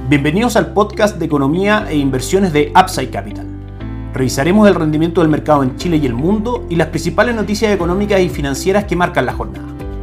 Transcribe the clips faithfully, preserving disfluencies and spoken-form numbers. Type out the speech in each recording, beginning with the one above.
Bienvenidos al podcast de economía e inversiones de Upside Capital. Revisaremos el rendimiento del mercado en Chile y el mundo y las principales noticias económicas y financieras que marcan la jornada.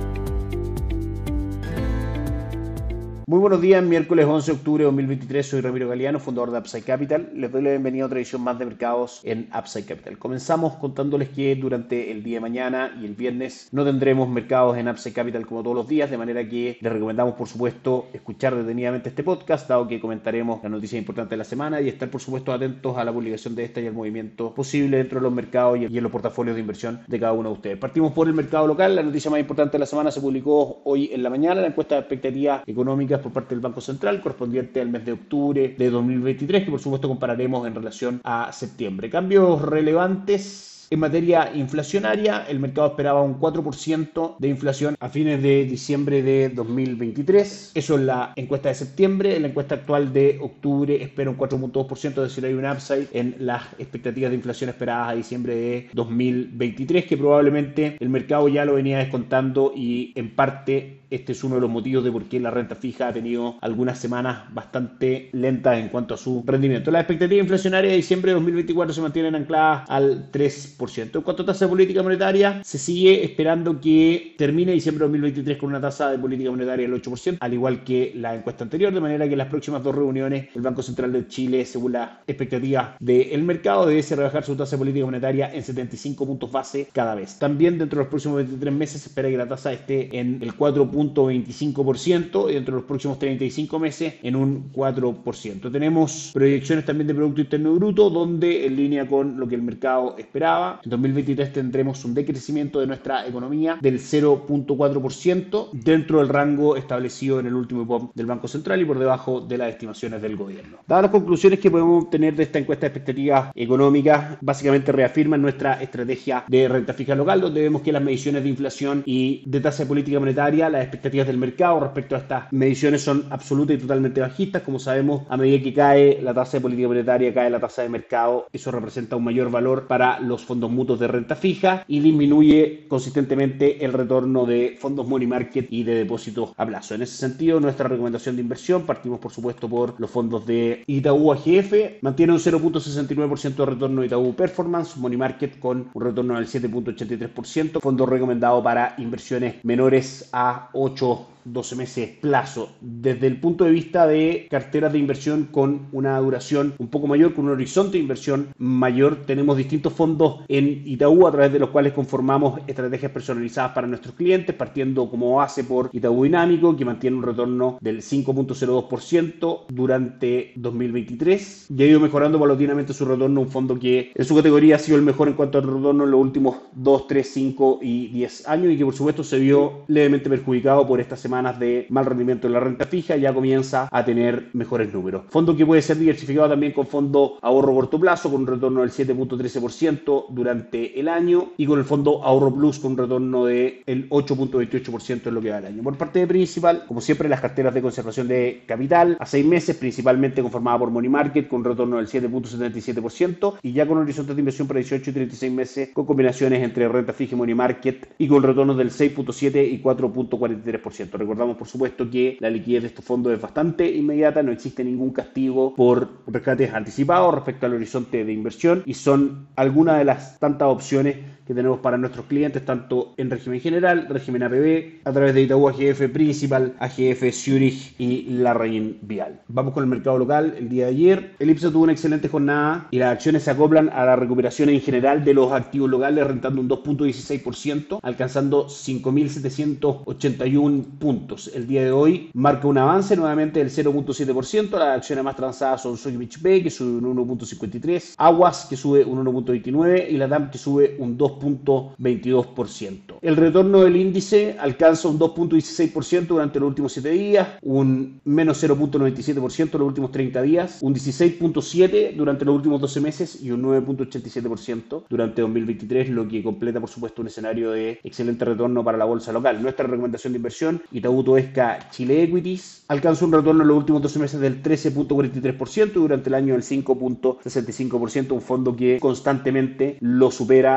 Muy buenos días, miércoles once de octubre de dos mil veintitrés, soy Ramiro Galeano, fundador de Upside Capital. Les doy la bienvenida a otra edición más de mercados en Upside Capital. Comenzamos contándoles que durante el día de mañana y el viernes no tendremos mercados en Upside Capital como todos los días, de manera que les recomendamos, por supuesto, escuchar detenidamente este podcast, dado que comentaremos las noticias importantes de la semana y estar, por supuesto, atentos a la publicación de esta y al movimiento posible dentro de los mercados y en los portafolios de inversión de cada uno de ustedes. Partimos por el mercado local. La noticia más importante de la semana se publicó hoy en la mañana, la encuesta de expectativas económicas por parte del Banco Central, correspondiente al mes de octubre de dos mil veintitrés, que por supuesto compararemos en relación a septiembre. Cambios relevantes en materia inflacionaria: el mercado esperaba un cuatro por ciento de inflación a fines de diciembre de dos mil veintitrés. Eso es la encuesta de septiembre. En la encuesta actual de octubre espera un cuatro punto dos por ciento, es decir, hay un upside en las expectativas de inflación esperadas a diciembre de dos mil veintitrés, que probablemente el mercado ya lo venía descontando, y en parte este es uno de los motivos de por qué la renta fija ha tenido algunas semanas bastante lentas en cuanto a su rendimiento. Las expectativas inflacionarias de diciembre de dos mil veinticuatro se mantienen ancladas al tres por ciento. En cuanto a tasa de política monetaria, se sigue esperando que termine diciembre de dos mil veintitrés con una tasa de política monetaria del ocho por ciento, al igual que la encuesta anterior, de manera que en las próximas dos reuniones el Banco Central de Chile, según la expectativa del mercado, debe rebajar su tasa de política monetaria en setenta y cinco puntos base cada vez. También dentro de los próximos veintitrés meses se espera que la tasa esté en el cuatro punto veinticinco por ciento y dentro de los próximos treinta y cinco meses en un cuatro por ciento. Tenemos proyecciones también de Producto Interno Bruto, donde en línea con lo que el mercado esperaba, en dos mil veintitrés tendremos un decrecimiento de nuestra economía del cero punto cuatro por ciento dentro del rango establecido en el último I P O M del Banco Central y por debajo de las estimaciones del gobierno. Dadas las conclusiones que podemos obtener de esta encuesta de expectativas económicas, básicamente reafirman nuestra estrategia de renta fija local, donde vemos que las mediciones de inflación y de tasa de política monetaria, las expectativas del mercado respecto a estas mediciones son absolutas y totalmente bajistas. Como sabemos, a medida que cae la tasa de política monetaria, cae la tasa de mercado. Eso representa un mayor valor para los fondos mutuos de renta fija y disminuye consistentemente el retorno de fondos money market y de depósitos a plazo. En ese sentido, nuestra recomendación de inversión, partimos por supuesto por los fondos de Itaú A G F, mantiene un cero punto sesenta y nueve por ciento de retorno de Itaú Performance, money market con un retorno del siete punto ochenta y tres por ciento, fondo recomendado para inversiones menores a ocho doce meses plazo. Desde el punto de vista de carteras de inversión con una duración un poco mayor, con un horizonte de inversión mayor, tenemos distintos fondos en Itaú a través de los cuales conformamos estrategias personalizadas para nuestros clientes, partiendo como base por Itaú Dinámico, que mantiene un retorno del cinco punto cero dos por ciento durante dos mil veintitrés y ha ido mejorando paulatinamente su retorno, un fondo que en su categoría ha sido el mejor en cuanto al retorno en los últimos dos, tres, cinco y diez años, y que por supuesto se vio levemente perjudicado por esta semana de mal rendimiento en la renta fija. Ya comienza a tener mejores números. Fondo que puede ser diversificado también con fondo ahorro corto plazo con un retorno del siete punto trece por ciento durante el año, y con el fondo ahorro plus con un retorno del ocho punto veintiocho por ciento en lo que va del año. Por parte de principal, como siempre, las carteras de conservación de capital a seis meses, principalmente conformada por money market con un retorno del siete punto setenta y siete por ciento y ya con horizontes de inversión para dieciocho y treinta y seis meses con combinaciones entre renta fija y money market y con retornos del seis punto siete y cuatro punto cuarenta y tres por ciento. Recordamos por supuesto que la liquidez de estos fondos es bastante inmediata, no existe ningún castigo por rescates anticipados respecto al horizonte de inversión, y son algunas de las tantas opciones que tenemos para nuestros clientes, tanto en régimen general, régimen A P B, a través de Itaú A G F Principal, A G F Zurich y Larraín Vial. Vamos con el mercado local. El día de ayer el I P S A tuvo una excelente jornada y las acciones se acoplan a la recuperación en general de los activos locales, rentando un dos punto dieciséis por ciento, alcanzando cinco mil setecientos ochenta y uno puntos. El día de hoy marca un avance nuevamente del cero punto siete por ciento. Las acciones más transadas son Sojimich B, que sube un uno punto cincuenta y tres, Aguas, que sube un uno punto veintinueve, y la D A M, que sube un dos punto veintidós por ciento. El retorno del índice alcanza un dos punto dieciséis por ciento durante los últimos siete días, un menos cero punto noventa y siete por ciento en los últimos treinta días, un dieciséis punto siete por ciento durante los últimos doce meses y un nueve punto ochenta y siete por ciento durante dos mil veintitrés, lo que completa por supuesto un escenario de excelente retorno para la bolsa local. Nuestra recomendación de inversión, Itaú Toesca Chile Equities, alcanza un retorno en los últimos doce meses del trece punto cuarenta y tres por ciento y durante el año del cinco punto sesenta y cinco por ciento, un fondo que constantemente lo supera, así lo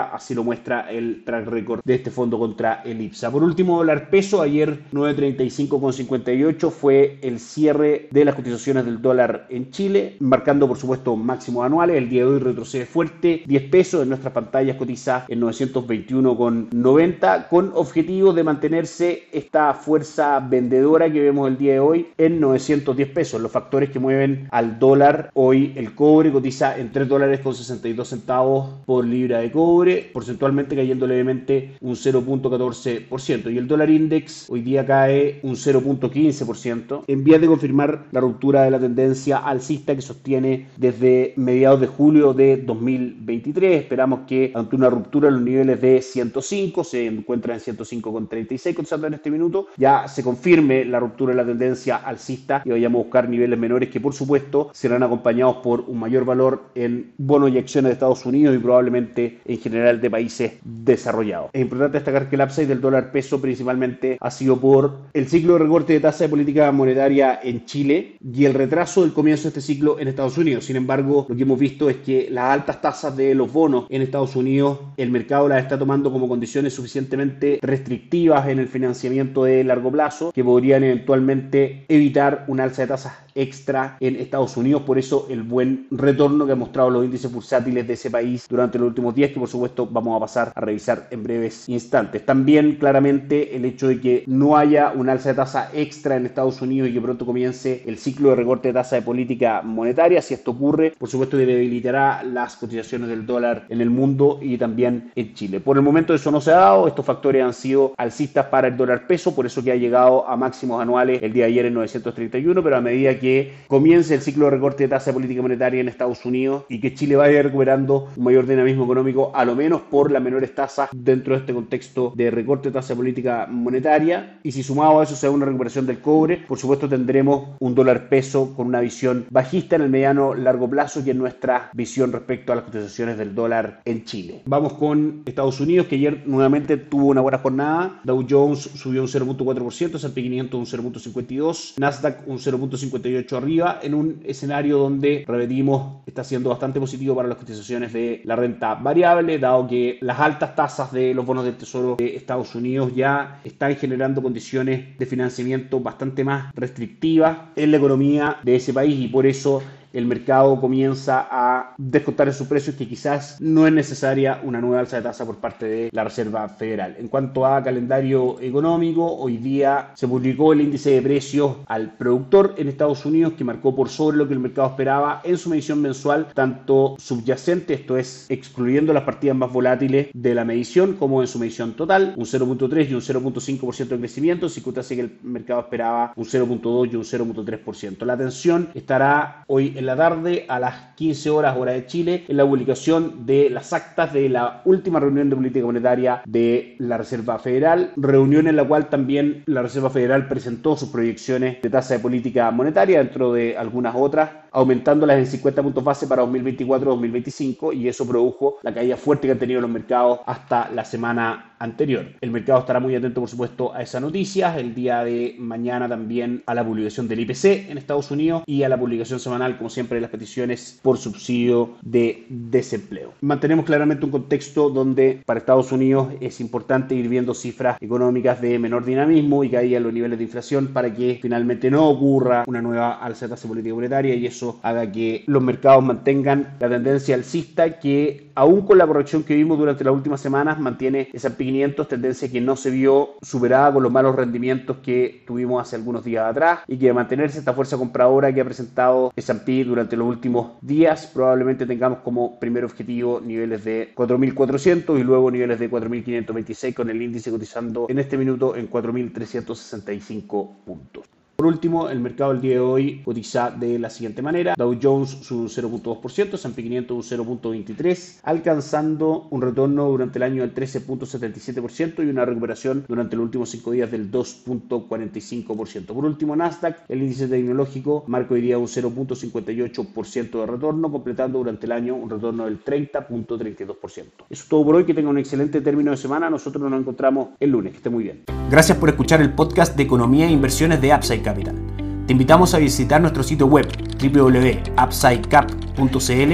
muestra el track record de este fondo contra el IPSA. Por último, dólar peso, ayer nueve treinta y cinco con cincuenta y ocho fue el cierre de las cotizaciones del dólar en Chile, marcando por supuesto máximos anuales. El día de hoy retrocede fuerte, diez pesos, en nuestras pantallas cotiza en novecientos veintiuno con noventa, con objetivo de mantenerse esta fuerza vendedora que vemos el día de hoy en novecientos diez pesos. Los factores que mueven al dólar hoy: el cobre cotiza en tres dólares con sesenta y dos centavos por libra de cobre, porcentualmente cayendo levemente un cero punto catorce por ciento, y el dólar index hoy día cae un cero punto quince por ciento, en vías de confirmar la ruptura de la tendencia alcista que sostiene desde mediados de julio de dos mil veintitrés. Esperamos que ante una ruptura en los niveles de ciento cinco, se encuentra en ciento cinco con treinta y seis cotizando en este minuto, ya se confirme la ruptura de la tendencia alcista y vayamos a buscar niveles menores que por supuesto serán acompañados por un mayor valor en bonos y acciones de Estados Unidos y probablemente en general de países desarrollados. Es importante destacar que el upside del dólar peso principalmente ha sido por el ciclo de recorte de tasa de política monetaria en Chile y el retraso del comienzo de este ciclo en Estados Unidos. Sin embargo, lo que hemos visto es que las altas tasas de los bonos en Estados Unidos, el mercado las está tomando como condiciones suficientemente restrictivas en el financiamiento de largo plazo que podrían eventualmente evitar un alza de tasas extra en Estados Unidos. Por eso el buen retorno que han mostrado los índices bursátiles de ese país durante los últimos días, que por supuesto vamos a pasar a revisar en breves instantes. También claramente el hecho de que no haya un alza de tasa extra en Estados Unidos y que pronto comience el ciclo de recorte de tasa de política monetaria. Si esto ocurre, por supuesto debilitará las cotizaciones del dólar en el mundo y también en Chile. Por el momento eso no se ha dado. Estos factores han sido alcistas para el dólar peso, por eso que ha llegado a máximos anuales el día de ayer en novecientos treinta y uno, pero a medida que que comience el ciclo de recorte de tasa de política monetaria en Estados Unidos y que Chile vaya recuperando un mayor dinamismo económico, a lo menos por las menores tasas dentro de este contexto de recorte de tasa de política monetaria, y si sumado a eso se da una recuperación del cobre, por supuesto tendremos un dólar peso con una visión bajista en el mediano largo plazo, que es nuestra visión respecto a las cotizaciones del dólar en Chile. Vamos con Estados Unidos, que ayer nuevamente tuvo una buena jornada. Dow Jones subió un cero punto cuatro por ciento, S and P quinientos un cero punto cincuenta y dos, Nasdaq un cero punto cincuenta y ocho arriba, en un escenario donde, repetimos, está siendo bastante positivo para las cotizaciones de la renta variable, dado que las altas tasas de los bonos del Tesoro de Estados Unidos ya están generando condiciones de financiamiento bastante más restrictivas en la economía de ese país, y por eso el mercado comienza a descontar en sus precios que quizás no es necesaria una nueva alza de tasa por parte de la Reserva Federal. En cuanto a calendario económico, hoy día se publicó el índice de precios al productor en Estados Unidos, que marcó por sobre lo que el mercado esperaba en su medición mensual, tanto subyacente, esto es excluyendo las partidas más volátiles de la medición, como en su medición total, un cero punto tres y un cero punto cinco por ciento de crecimiento, circunstancia que el mercado esperaba un cero punto dos y un cero punto tres por ciento. La atención estará hoy en la tarde a las quince horas hora de Chile en la publicación de las actas de la última reunión de política monetaria de la Reserva Federal, reunión en la cual también la Reserva Federal presentó sus proyecciones de tasa de política monetaria, dentro de algunas otras, aumentándolas en cincuenta puntos base para dos mil veinticuatro a dos mil veinticinco, y eso produjo la caída fuerte que han tenido los mercados hasta la semana anterior. El mercado estará muy atento, por supuesto, a esa noticia. El día de mañana también a la publicación del I P C en Estados Unidos y a la publicación semanal, como siempre, de las peticiones por subsidio de desempleo. Mantenemos claramente un contexto donde para Estados Unidos es importante ir viendo cifras económicas de menor dinamismo y caída en los niveles de inflación para que finalmente no ocurra una nueva alza de tasa de política monetaria y eso haga que los mercados mantengan la tendencia alcista, que aún con la corrección que vimos durante las últimas semanas mantiene ese S and P quinientos, tendencia que no se vio superada con los malos rendimientos que tuvimos hace algunos días atrás, y que de mantenerse esta fuerza compradora que ha presentado S and P durante los últimos días, probablemente tengamos como primer objetivo niveles de cuatro mil cuatrocientos y luego niveles de cuatro mil quinientos veintiséis, con el índice cotizando en este minuto en cuatro mil trescientos sesenta y cinco puntos. Por último, el mercado el día de hoy cotiza de la siguiente manera: Dow Jones sube un cero punto dos por ciento, S and P quinientos un cero punto veintitrés por ciento, alcanzando un retorno durante el año del trece punto setenta y siete por ciento y una recuperación durante los últimos cinco días del dos punto cuarenta y cinco por ciento. Por último, Nasdaq, el índice tecnológico, marca hoy día un cero punto cincuenta y ocho por ciento de retorno, completando durante el año un retorno del treinta punto treinta y dos por ciento. Eso es todo por hoy, que tengan un excelente término de semana. Nosotros nos encontramos el lunes, que esté muy bien. Gracias por escuchar el podcast de Economía e Inversiones de Upside Capital. Te invitamos a visitar nuestro sitio web doble u doble u doble u punto upsidecap punto c l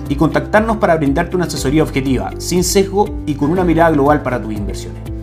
y contactarnos para brindarte una asesoría objetiva, sin sesgo y con una mirada global para tus inversiones.